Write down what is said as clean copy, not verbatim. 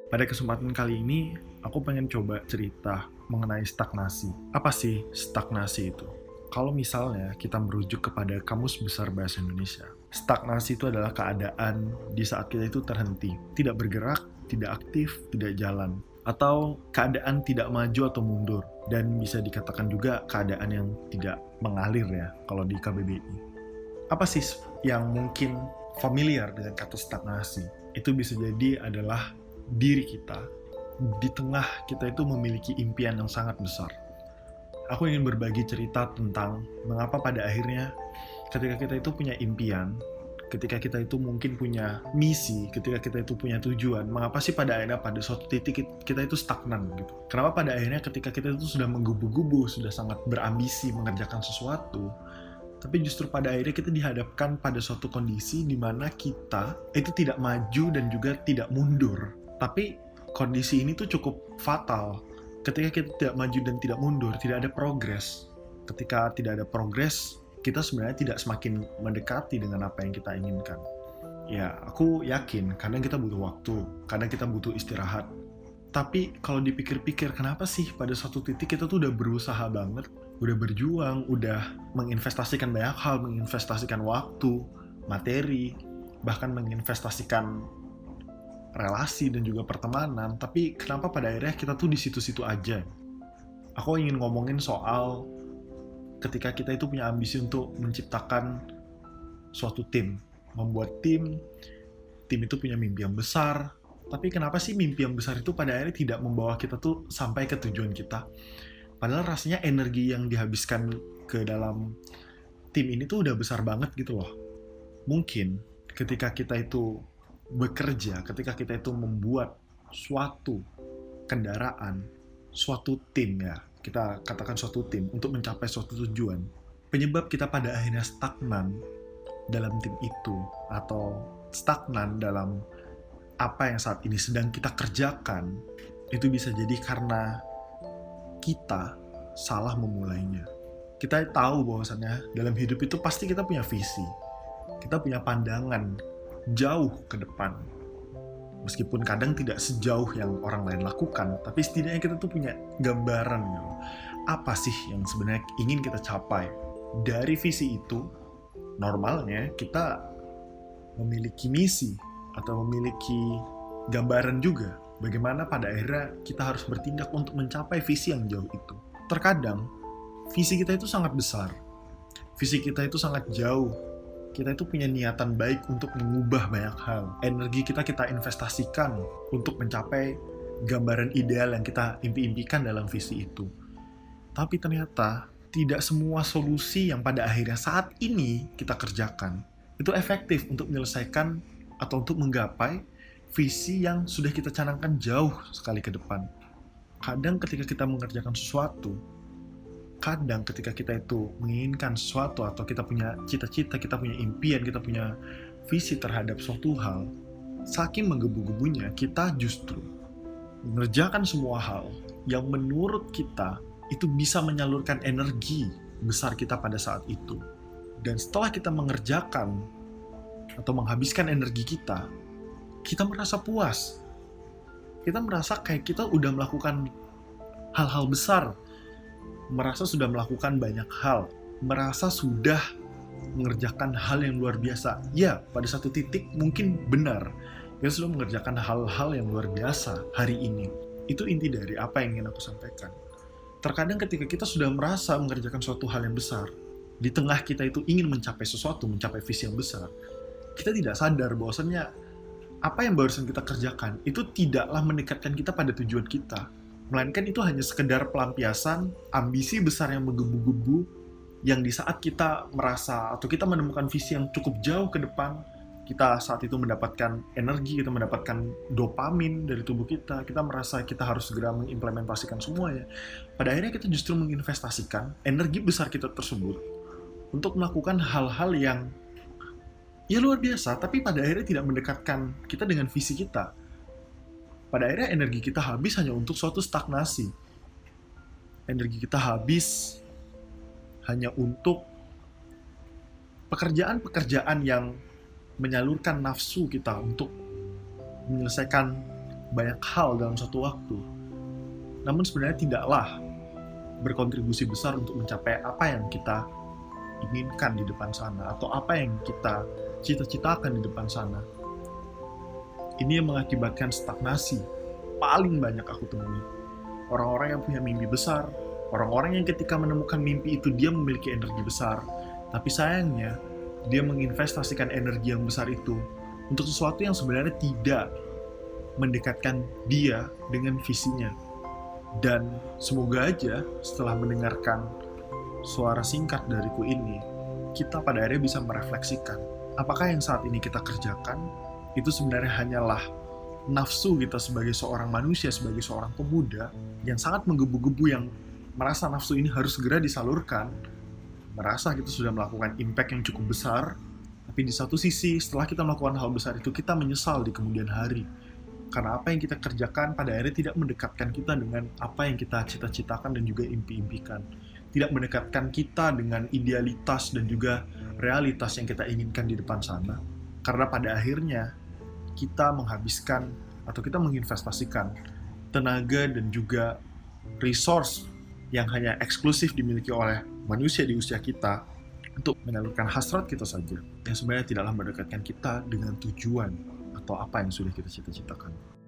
Pada kesempatan kali ini, aku pengen coba cerita mengenai stagnasi. Apa sih stagnasi itu? Kalau misalnya kita merujuk kepada Kamus Besar Bahasa Indonesia, stagnasi itu adalah keadaan di saat kita itu terhenti, tidak bergerak, tidak aktif, tidak jalan, atau keadaan tidak maju atau mundur, dan bisa dikatakan juga keadaan yang tidak mengalir ya, kalau di KBBI. Apa sih yang mungkin familiar dengan kata stagnasi? Itu bisa jadi adalah diri kita. Di tengah kita itu memiliki impian yang sangat besar. Aku ingin berbagi cerita tentang mengapa pada akhirnya ketika kita itu punya impian, ketika kita itu mungkin punya misi, ketika kita itu punya tujuan, mengapa sih pada akhirnya pada suatu titik kita itu stagnan gitu. Kenapa pada akhirnya ketika kita itu sudah menggebu-gebu, sudah sangat berambisi mengerjakan sesuatu, tapi justru pada akhirnya kita dihadapkan pada suatu kondisi di mana kita itu tidak maju dan juga tidak mundur. Tapi kondisi ini tuh cukup fatal. Ketika kita tidak maju dan tidak mundur, tidak ada progres. Ketika tidak ada progres, kita sebenarnya tidak semakin mendekati dengan apa yang kita inginkan. Ya, aku yakin kadang kita butuh waktu, kadang kita butuh istirahat. Tapi kalau dipikir-pikir, kenapa sih pada suatu titik kita tuh udah berusaha banget, udah berjuang, udah menginvestasikan banyak hal, menginvestasikan waktu, materi, bahkan menginvestasikan relasi dan juga pertemanan, tapi kenapa pada akhirnya kita tuh di situ-situ aja? Aku ingin ngomongin soal ketika kita itu punya ambisi untuk menciptakan suatu tim, membuat tim itu punya mimpi yang besar, tapi kenapa sih mimpi yang besar itu pada akhirnya tidak membawa kita tuh sampai ke tujuan kita? Padahal rasanya energi yang dihabiskan ke dalam tim ini tuh udah besar banget gitu loh. Mungkin ketika kita itu bekerja, ketika kita itu membuat suatu kendaraan, suatu tim ya, kita katakan suatu tim untuk mencapai suatu tujuan, penyebab kita pada akhirnya stagnan dalam tim itu atau stagnan dalam apa yang saat ini sedang kita kerjakan, itu bisa jadi karena kita salah memulainya. Kita tahu bahwasannya dalam hidup itu pasti kita punya visi, kita punya pandangan jauh ke depan. Meskipun kadang tidak sejauh yang orang lain lakukan, tapi setidaknya kita tuh punya gambaran gitu. Apa sih yang sebenarnya ingin kita capai? Dari visi itu, normalnya kita memiliki misi atau memiliki gambaran juga bagaimana pada akhirnya kita harus bertindak untuk mencapai visi yang jauh itu. Terkadang, visi kita itu sangat besar. Visi kita itu sangat jauh. Kita itu punya niatan baik untuk mengubah banyak hal. Energi kita investasikan untuk mencapai gambaran ideal yang kita impi-impikan dalam visi itu. Tapi ternyata tidak semua solusi yang pada akhirnya saat ini kita kerjakan itu efektif untuk menyelesaikan atau untuk menggapai visi yang sudah kita canangkan jauh sekali ke depan. Kadang ketika kita mengerjakan sesuatu, kadang ketika kita itu menginginkan sesuatu atau kita punya cita-cita, kita punya impian, kita punya visi terhadap suatu hal, saking menggebu-gebunya kita justru mengerjakan semua hal yang menurut kita itu bisa menyalurkan energi besar kita pada saat itu. Dan setelah kita mengerjakan atau menghabiskan energi kita merasa puas. Kita merasa kayak kita udah melakukan hal-hal besar, merasa sudah melakukan banyak hal, merasa sudah mengerjakan hal yang luar biasa. Ya, pada satu titik mungkin benar, kita sudah mengerjakan hal-hal yang luar biasa hari ini. Itu inti dari apa yang ingin aku sampaikan. Terkadang ketika kita sudah merasa mengerjakan suatu hal yang besar, di tengah kita itu ingin mencapai sesuatu, mencapai visi yang besar, kita tidak sadar bahwasannya apa yang barusan kita kerjakan itu tidaklah mendekatkan kita pada tujuan kita, melainkan itu hanya sekedar pelampiasan ambisi besar yang menggebu-gebu yang di saat kita merasa atau kita menemukan visi yang cukup jauh ke depan, kita saat itu mendapatkan energi, kita mendapatkan dopamin dari tubuh kita merasa kita harus segera mengimplementasikan semuanya. Pada akhirnya kita justru menginvestasikan energi besar kita tersebut untuk melakukan hal-hal yang ya luar biasa, tapi pada akhirnya tidak mendekatkan kita dengan visi kita. Pada akhirnya energi kita habis hanya untuk suatu stagnasi. Energi kita habis hanya untuk pekerjaan-pekerjaan yang menyalurkan nafsu kita untuk menyelesaikan banyak hal dalam satu waktu, namun sebenarnya tidaklah berkontribusi besar untuk mencapai apa yang kita inginkan di depan sana, atau apa yang kita cita-citakan di depan sana. Ini yang mengakibatkan stagnasi paling banyak aku temui. Orang-orang yang punya mimpi besar, orang-orang yang ketika menemukan mimpi itu dia memiliki energi besar, tapi sayangnya dia menginvestasikan energi yang besar itu untuk sesuatu yang sebenarnya tidak mendekatkan dia dengan visinya. Dan semoga aja setelah mendengarkan suara singkat dariku ini, kita pada akhirnya bisa merefleksikan apakah yang saat ini kita kerjakan itu sebenarnya hanyalah nafsu kita sebagai seorang manusia, sebagai seorang pemuda yang sangat menggebu-gebu, yang merasa nafsu ini harus segera disalurkan, merasa kita sudah melakukan impact yang cukup besar, tapi di satu sisi setelah kita melakukan hal besar itu kita menyesal di kemudian hari karena apa yang kita kerjakan pada akhirnya tidak mendekatkan kita dengan apa yang kita cita-citakan dan juga impi-impikan, tidak mendekatkan kita dengan idealitas dan juga realitas yang kita inginkan di depan sana, karena pada akhirnya kita menghabiskan atau kita menginvestasikan tenaga dan juga resource yang hanya eksklusif dimiliki oleh manusia di usia kita untuk menyalurkan hasrat kita saja, yang sebenarnya tidaklah mendekatkan kita dengan tujuan atau apa yang sudah kita cita-citakan.